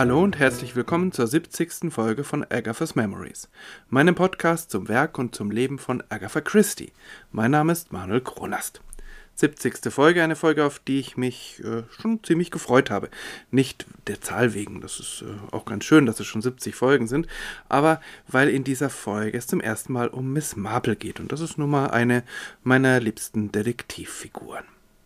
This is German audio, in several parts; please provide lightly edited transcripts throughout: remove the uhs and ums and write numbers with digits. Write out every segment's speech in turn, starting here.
Hallo und herzlich willkommen zur 70. Folge von Agatha's Memories, meinem Podcast zum Werk und zum Leben von Agatha Christie. Mein Name ist Manuel Kronast. 70. Folge, eine Folge, auf die ich mich schon ziemlich gefreut habe. Nicht der Zahl wegen, das ist auch ganz schön, dass es schon 70 Folgen sind, aber weil in dieser Folge es zum ersten Mal um Miss Marple geht und das ist nun mal eine meiner liebsten Detektivfiguren.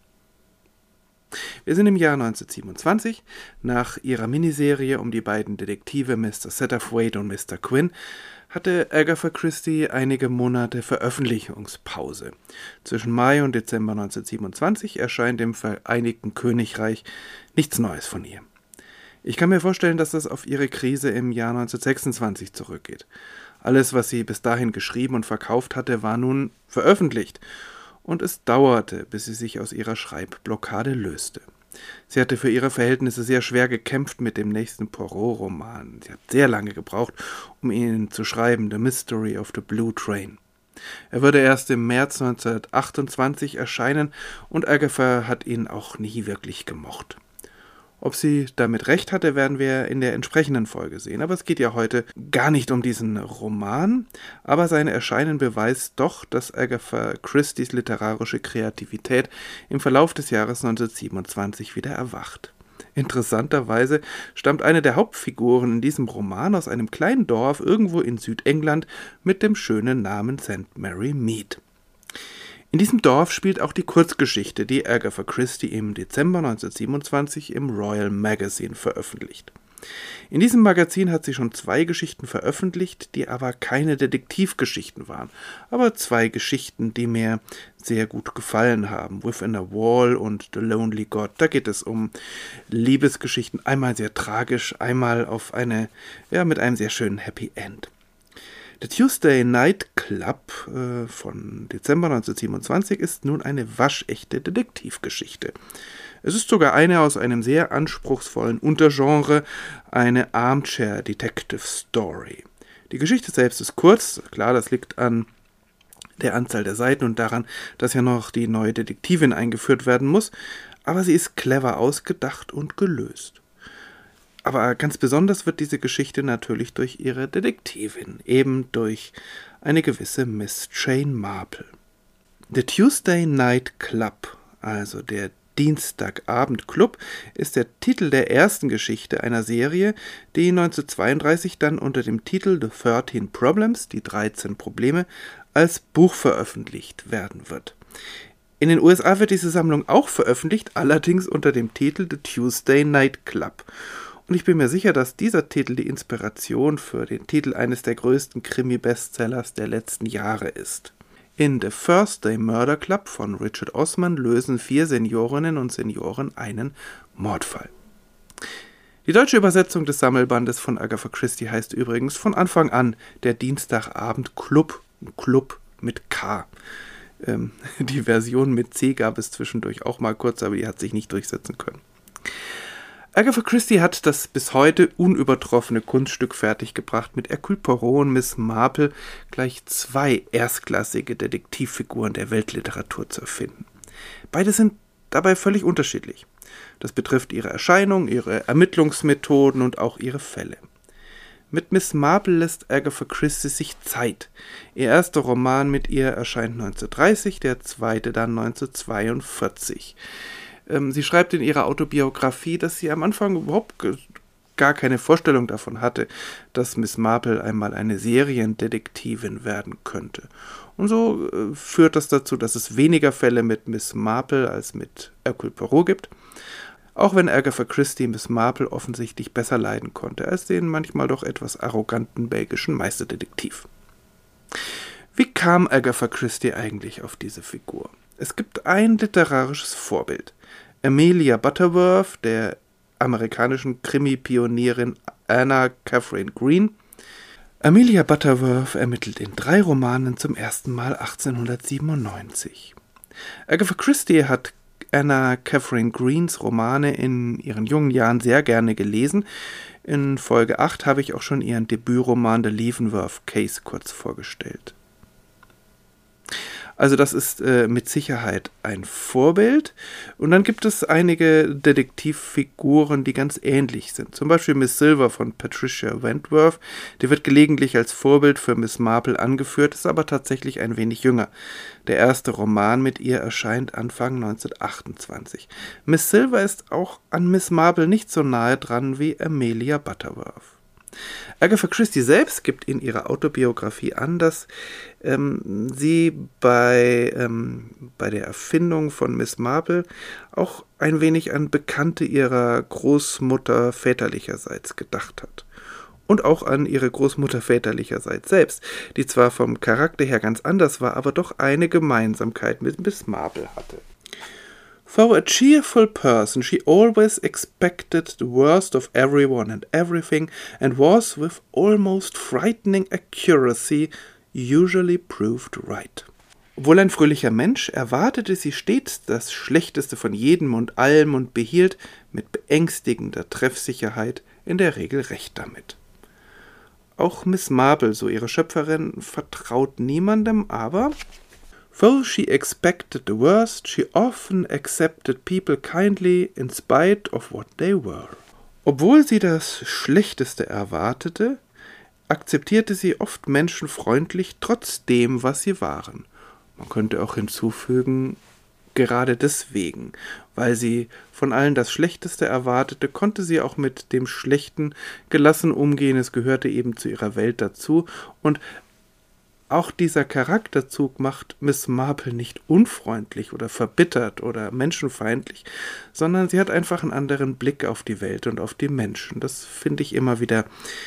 Wir sind im Jahr 1927. Nach ihrer Miniserie um die beiden Detektive Mr. Satterthwaite und Mr. Quinn hatte Agatha Christie einige Monate Veröffentlichungspause. Zwischen Mai und Dezember 1927 erscheint im Vereinigten Königreich nichts Neues von ihr. Ich kann mir vorstellen, dass das auf ihre Krise im Jahr 1926 zurückgeht. Alles, was sie bis dahin geschrieben und verkauft hatte, war nun veröffentlicht. Und es dauerte, bis sie sich aus ihrer Schreibblockade löste. Sie hatte für ihre Verhältnisse sehr schwer gekämpft mit dem nächsten Poirot-Roman. Sie hat sehr lange gebraucht, um ihn zu schreiben, The Mystery of the Blue Train. Er würde erst im März 1928 erscheinen und Agatha hat ihn auch nie wirklich gemocht. Ob sie damit recht hatte, werden wir in der entsprechenden Folge sehen. Aber es geht ja heute gar nicht um diesen Roman, aber sein Erscheinen beweist doch, dass Agatha Christies literarische Kreativität im Verlauf des Jahres 1927 wieder erwacht. Interessanterweise stammt eine der Hauptfiguren in diesem Roman aus einem kleinen Dorf irgendwo in Südengland mit dem schönen Namen St. Mary Mead. In diesem Dorf spielt auch die Kurzgeschichte, die Agatha Christie im Dezember 1927 im Royal Magazine veröffentlicht. In diesem Magazin hat sie schon 2 Geschichten veröffentlicht, die aber keine Detektivgeschichten waren, aber 2 Geschichten, die mir sehr gut gefallen haben. Within a Wall und The Lonely God. Da geht es um Liebesgeschichten, einmal sehr tragisch, einmal mit einem sehr schönen Happy End. The Tuesday Night Club von Dezember 1927 ist nun eine waschechte Detektivgeschichte. Es ist sogar eine aus einem sehr anspruchsvollen Untergenre, eine Armchair Detective Story. Die Geschichte selbst ist kurz, klar, das liegt an der Anzahl der Seiten und daran, dass ja noch die neue Detektivin eingeführt werden muss, aber sie ist clever ausgedacht und gelöst. Aber ganz besonders wird diese Geschichte natürlich durch ihre Detektivin, eben durch eine gewisse Miss Jane Marple. The Tuesday Night Club, also der Dienstagabend-Club, ist der Titel der ersten Geschichte einer Serie, die 1932 dann unter dem Titel The 13 Problems, die 13 Probleme, als Buch veröffentlicht werden wird. In den USA wird diese Sammlung auch veröffentlicht, allerdings unter dem Titel The Tuesday Night Club. Und ich bin mir sicher, dass dieser Titel die Inspiration für den Titel eines der größten Krimi-Bestsellers der letzten Jahre ist. In The Thursday Murder Club von Richard Osman lösen 4 Seniorinnen und Senioren einen Mordfall. Die deutsche Übersetzung des Sammelbandes von Agatha Christie heißt übrigens von Anfang an der Dienstagabend Club, Club mit K. Die Version mit C gab es zwischendurch auch mal kurz, aber die hat sich nicht durchsetzen können. Agatha Christie hat das bis heute unübertroffene Kunststück fertiggebracht, mit Hercule Poirot und Miss Marple gleich 2 erstklassige Detektivfiguren der Weltliteratur zu erfinden. Beide sind dabei völlig unterschiedlich. Das betrifft ihre Erscheinung, ihre Ermittlungsmethoden und auch ihre Fälle. Mit Miss Marple lässt Agatha Christie sich Zeit. Ihr erster Roman mit ihr erscheint 1930, der zweite dann 1942. Sie schreibt in ihrer Autobiografie, dass sie am Anfang überhaupt gar keine Vorstellung davon hatte, dass Miss Marple einmal eine Seriendetektivin werden könnte. Und so führt das dazu, dass es weniger Fälle mit Miss Marple als mit Hercule Poirot gibt, auch wenn Agatha Christie Miss Marple offensichtlich besser leiden konnte als den manchmal doch etwas arroganten belgischen Meisterdetektiv. Wie kam Agatha Christie eigentlich auf diese Figur? Es gibt ein literarisches Vorbild. Amelia Butterworth, der amerikanischen Krimi-Pionierin Anna Katharine Green. Amelia Butterworth ermittelt in 3 Romanen zum ersten Mal 1897. Agatha Christie hat Anna Katharine Greens Romane in ihren jungen Jahren sehr gerne gelesen. In Folge 8 habe ich auch schon ihren Debütroman The Leavenworth Case kurz vorgestellt. Also das ist mit Sicherheit ein Vorbild. Und dann gibt es einige Detektivfiguren, die ganz ähnlich sind. Zum Beispiel Miss Silver von Patricia Wentworth. Die wird gelegentlich als Vorbild für Miss Marple angeführt, ist aber tatsächlich ein wenig jünger. Der erste Roman mit ihr erscheint Anfang 1928. Miss Silver ist auch an Miss Marple nicht so nahe dran wie Amelia Butterworth. Agatha Christie selbst gibt in ihrer Autobiografie an, dass sie bei der Erfindung von Miss Marple auch ein wenig an Bekannte ihrer Großmutter väterlicherseits gedacht hat. Und auch an ihre Großmutter väterlicherseits selbst, die zwar vom Charakter her ganz anders war, aber doch eine Gemeinsamkeit mit Miss Marple hatte. For a cheerful person, she always expected the worst of everyone and everything and was with almost frightening accuracy usually proved right. Obwohl ein fröhlicher Mensch, erwartete sie stets das Schlechteste von jedem und allem und behielt mit beängstigender Treffsicherheit in der Regel recht damit. Auch Miss Marple, so ihre Schöpferin, vertraut niemandem, aber though she expected the worst, she often accepted people kindly in spite of what they were. Obwohl sie das Schlechteste erwartete, akzeptierte sie oft Menschen freundlich trotz dem, was sie waren. Man könnte auch hinzufügen, gerade deswegen, weil sie von allen das Schlechteste erwartete, konnte sie auch mit dem Schlechten gelassen umgehen. Es gehörte eben zu ihrer Welt dazu. Und auch dieser Charakterzug macht Miss Marple nicht unfreundlich oder verbittert oder menschenfeindlich, sondern sie hat einfach einen anderen Blick auf die Welt und auf die Menschen. Das finde ich immer wieder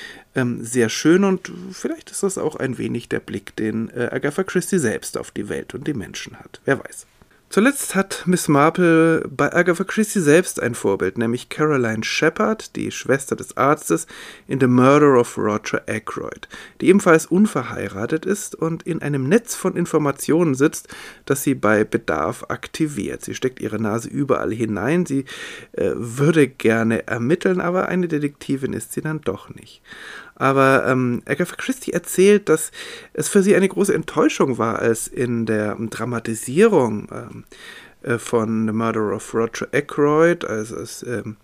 sehr schön und vielleicht ist das auch ein wenig der Blick, den Agatha Christie selbst auf die Welt und die Menschen hat. Wer weiß. Zuletzt hat Miss Marple bei Agatha Christie selbst ein Vorbild, nämlich Caroline Shepard, die Schwester des Arztes in The Murder of Roger Ackroyd, die ebenfalls unverheiratet ist und in einem Netz von Informationen sitzt, das sie bei Bedarf aktiviert. Sie steckt ihre Nase überall hinein, sie würde gerne ermitteln, aber eine Detektivin ist sie dann doch nicht. Aber Agatha Christie erzählt, dass es für sie eine große Enttäuschung war, als in der Dramatisierung von The Murder of Roger Ackroyd, als es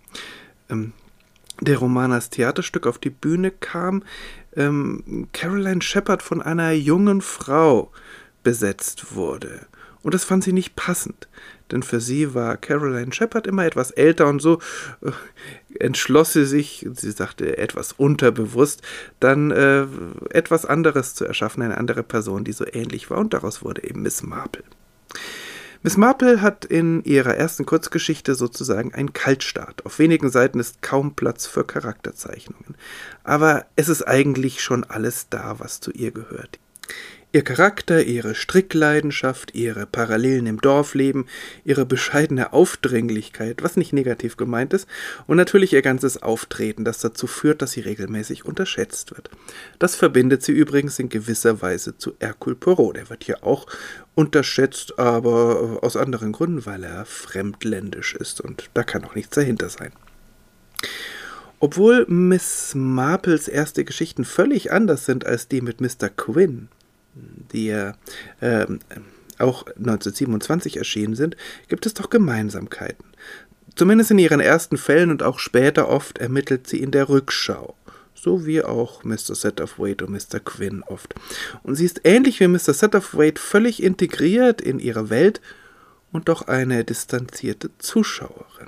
der Roman als Theaterstück auf die Bühne kam, Caroline Shepard von einer jungen Frau besetzt wurde. Und das fand sie nicht passend, denn für sie war Caroline Shepard immer etwas älter und so entschloss sie sich, sie sagte etwas unterbewusst, dann etwas anderes zu erschaffen, eine andere Person, die so ähnlich war und daraus wurde eben Miss Marple. Miss Marple hat in ihrer ersten Kurzgeschichte sozusagen einen Kaltstart. Auf wenigen Seiten ist kaum Platz für Charakterzeichnungen. Aber es ist eigentlich schon alles da, was zu ihr gehört. Ihr Charakter, ihre Strickleidenschaft, ihre Parallelen im Dorfleben, ihre bescheidene Aufdringlichkeit, was nicht negativ gemeint ist, und natürlich ihr ganzes Auftreten, das dazu führt, dass sie regelmäßig unterschätzt wird. Das verbindet sie übrigens in gewisser Weise zu Hercule Poirot. Der wird hier auch unterschätzt, aber aus anderen Gründen, weil er fremdländisch ist und da kann auch nichts dahinter sein. Obwohl Miss Marples erste Geschichten völlig anders sind als die mit Mr. Quin, die auch 1927 erschienen sind, gibt es doch Gemeinsamkeiten. Zumindest in ihren ersten Fällen und auch später oft ermittelt sie in der Rückschau, so wie auch Mr. Satterthwaite und Mr. Quin oft. Und sie ist ähnlich wie Mr. Satterthwaite völlig integriert in ihre Welt und doch eine distanzierte Zuschauerin.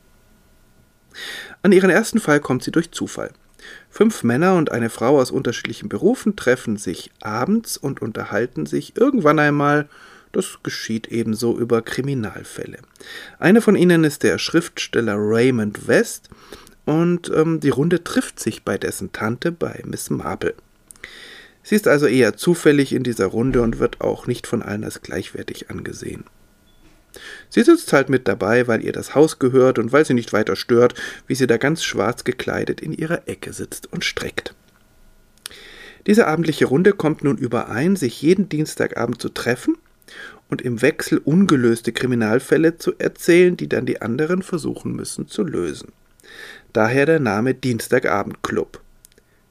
An ihren ersten Fall kommt sie durch Zufall. 5 Männer und eine Frau aus unterschiedlichen Berufen treffen sich abends und unterhalten sich irgendwann einmal, das geschieht ebenso über Kriminalfälle. Einer von ihnen ist der Schriftsteller Raymond West und die Runde trifft sich bei dessen Tante, bei Miss Marple. Sie ist also eher zufällig in dieser Runde und wird auch nicht von allen als gleichwertig angesehen. Sie sitzt halt mit dabei, weil ihr das Haus gehört und weil sie nicht weiter stört, wie sie da ganz schwarz gekleidet in ihrer Ecke sitzt und streckt. Diese abendliche Runde kommt nun überein, sich jeden Dienstagabend zu treffen und im Wechsel ungelöste Kriminalfälle zu erzählen, die dann die anderen versuchen müssen zu lösen. Daher der Name Dienstagabendclub.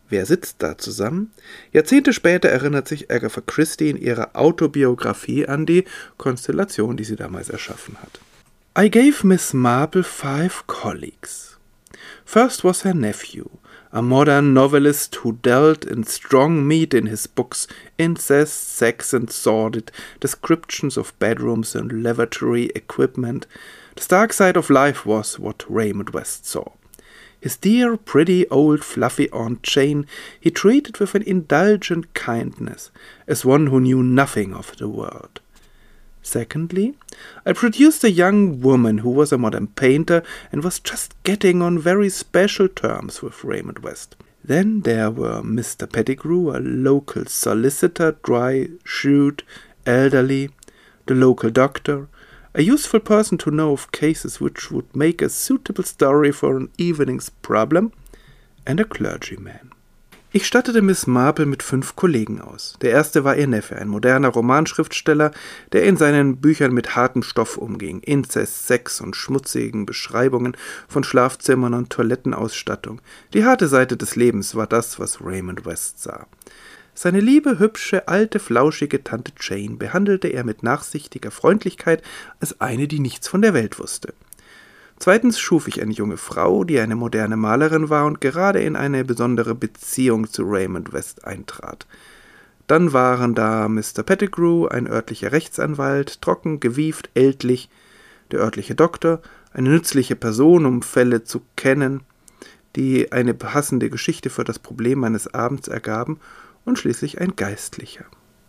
Wer sitzt da zusammen? Jahrzehnte später erinnert sich Agatha Christie in ihrer Autobiografie an die Konstellation, die sie damals erschaffen hat. I gave Miss Marple 5 colleagues. First was her nephew, a modern novelist who dealt in strong meat in his books, incest, sex and sordid descriptions of bedrooms and lavatory equipment. The dark side of life was what Raymond West saw. His dear, pretty, old, fluffy Aunt Jane he treated with an indulgent kindness, as one who knew nothing of the world. Secondly, I produced a young woman who was a modern painter and was just getting on very special terms with Raymond West. Then there were Mr. Pettigrew, a local solicitor, dry, shrewd, elderly, the local doctor, a useful person to know of cases which would make a suitable story for an evening's problem, and a clergyman. Ich stattete Miss Marple mit 5 Kollegen aus. Der erste war ihr Neffe, ein moderner Romanschriftsteller, der in seinen Büchern mit hartem Stoff umging. Inzest, Sex und schmutzigen Beschreibungen von Schlafzimmern und Toilettenausstattung. Die harte Seite des Lebens war das, was Raymond West sah. Seine liebe, hübsche, alte, flauschige Tante Jane behandelte er mit nachsichtiger Freundlichkeit als eine, die nichts von der Welt wusste. Zweitens schuf ich eine junge Frau, die eine moderne Malerin war und gerade in eine besondere Beziehung zu Raymond West eintrat. Dann waren da Mr. Pettigrew, ein örtlicher Rechtsanwalt, trocken, gewieft, ältlich, der örtliche Doktor, eine nützliche Person, um Fälle zu kennen, die eine passende Geschichte für das Problem meines Abends ergaben, und schließlich ein Geistlicher.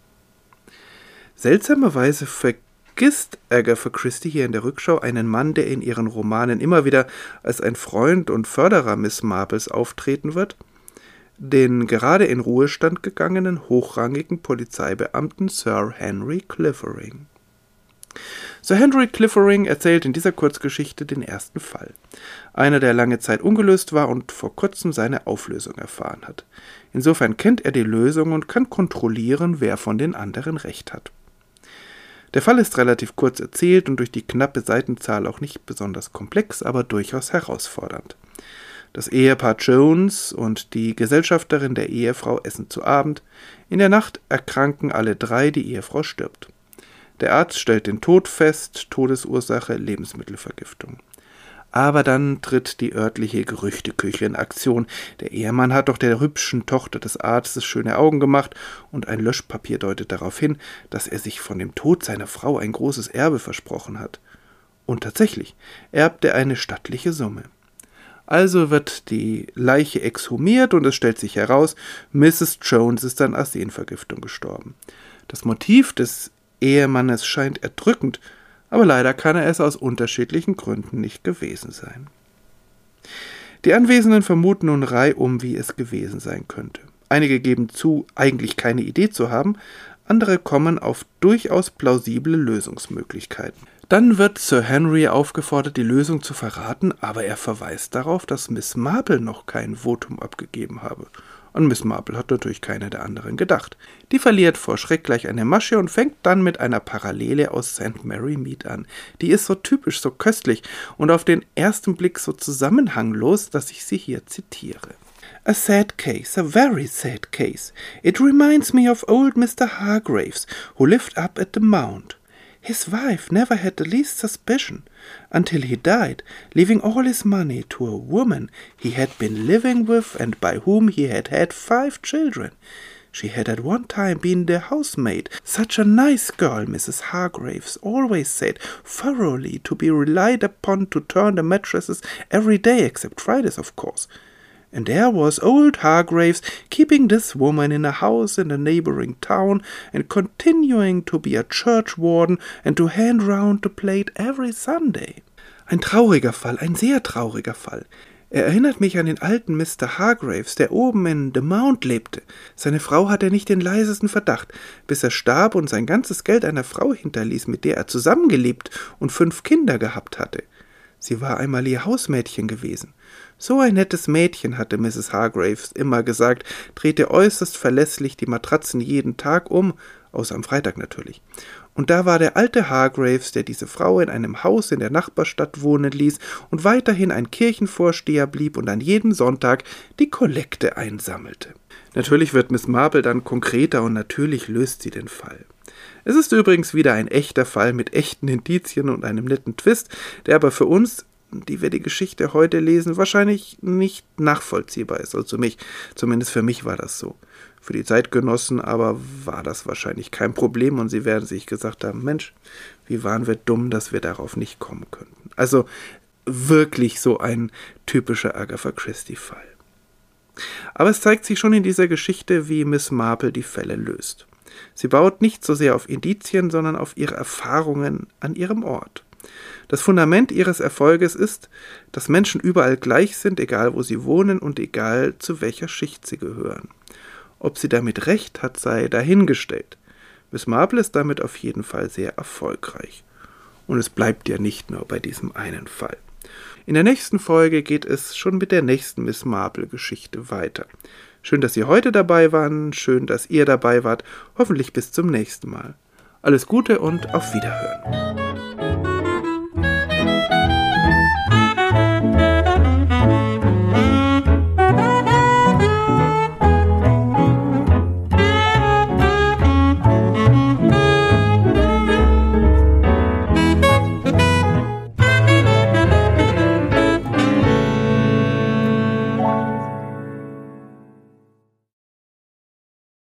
Seltsamerweise vergisst Agatha Christie hier in der Rückschau einen Mann, der in ihren Romanen immer wieder als ein Freund und Förderer Miss Marples auftreten wird, den gerade in Ruhestand gegangenen hochrangigen Polizeibeamten Sir Henry Clavering. Sir Henry Clavering erzählt in dieser Kurzgeschichte den ersten Fall. Einer, der lange Zeit ungelöst war und vor kurzem seine Auflösung erfahren hat. Insofern kennt er die Lösung und kann kontrollieren, wer von den anderen recht hat. Der Fall ist relativ kurz erzählt und durch die knappe Seitenzahl auch nicht besonders komplex, aber durchaus herausfordernd. Das Ehepaar Jones und die Gesellschafterin der Ehefrau essen zu Abend. In der Nacht erkranken alle 3, die Ehefrau stirbt. Der Arzt stellt den Tod fest, Todesursache Lebensmittelvergiftung. Aber dann tritt die örtliche Gerüchteküche in Aktion. Der Ehemann hat doch der hübschen Tochter des Arztes schöne Augen gemacht und ein Löschpapier deutet darauf hin, dass er sich von dem Tod seiner Frau ein großes Erbe versprochen hat. Und tatsächlich erbt er eine stattliche Summe. Also wird die Leiche exhumiert und es stellt sich heraus, Mrs. Jones ist an Arsenvergiftung gestorben. Das Motiv des Ehemannes scheint erdrückend, aber leider kann er es aus unterschiedlichen Gründen nicht gewesen sein. Die Anwesenden vermuten nun reihum, wie es gewesen sein könnte. Einige geben zu, eigentlich keine Idee zu haben, andere kommen auf durchaus plausible Lösungsmöglichkeiten. Dann wird Sir Henry aufgefordert, die Lösung zu verraten, aber er verweist darauf, dass Miss Marple noch kein Votum abgegeben habe. An Miss Marple hat natürlich keiner der anderen gedacht. Die verliert vor Schreck gleich eine Masche und fängt dann mit einer Parallele aus St. Mary Mead an. Die ist so typisch, so köstlich und auf den ersten Blick so zusammenhanglos, dass ich sie hier zitiere. A sad case, a very sad case. It reminds me of old Mr. Hargraves, who lived up at the Mount. His wife never had the least suspicion, until he died, leaving all his money to a woman he had been living with and by whom he had had 5 children. She had at one time been their housemaid, such a nice girl, Mrs. Hargraves always said, thoroughly to be relied upon to turn the mattresses every day except Fridays, of course. And there was old Hargraves keeping this woman in a house in a neighboring town and continuing to be a churchwarden and to hand round the plate every Sunday. Ein trauriger Fall, ein sehr trauriger Fall. Er erinnert mich an den alten Mr. Hargraves, der oben in The Mount lebte. Seine Frau hatte nicht den leisesten Verdacht, bis er starb und sein ganzes Geld einer Frau hinterließ, mit der er zusammengelebt und 5 Kinder gehabt hatte. Sie war einmal ihr Hausmädchen gewesen. So ein nettes Mädchen, hatte Mrs. Hargraves immer gesagt, drehte äußerst verlässlich die Matratzen jeden Tag um, außer am Freitag natürlich. Und da war der alte Hargraves, der diese Frau in einem Haus in der Nachbarstadt wohnen ließ und weiterhin ein Kirchenvorsteher blieb und an jedem Sonntag die Kollekte einsammelte. Natürlich wird Miss Marple dann konkreter und natürlich löst sie den Fall. Es ist übrigens wieder ein echter Fall mit echten Indizien und einem netten Twist, der aber für uns, die wir die Geschichte heute lesen, wahrscheinlich nicht nachvollziehbar ist. Also zumindest für mich war das so. Für die Zeitgenossen aber war das wahrscheinlich kein Problem und sie werden sich gesagt haben, Mensch, wie waren wir dumm, dass wir darauf nicht kommen könnten. Also wirklich so ein typischer Agatha Christie-Fall. Aber es zeigt sich schon in dieser Geschichte, wie Miss Marple die Fälle löst. Sie baut nicht so sehr auf Indizien, sondern auf ihre Erfahrungen an ihrem Ort. Das Fundament ihres Erfolges ist, dass Menschen überall gleich sind, egal wo sie wohnen und egal zu welcher Schicht sie gehören. Ob sie damit recht hat, sei dahingestellt. Miss Marple ist damit auf jeden Fall sehr erfolgreich. Und es bleibt ja nicht nur bei diesem einen Fall. In der nächsten Folge geht es schon mit der nächsten Miss Marple-Geschichte weiter. Schön, dass Sie heute dabei waren, schön, dass ihr dabei wart. Hoffentlich bis zum nächsten Mal. Alles Gute und auf Wiederhören.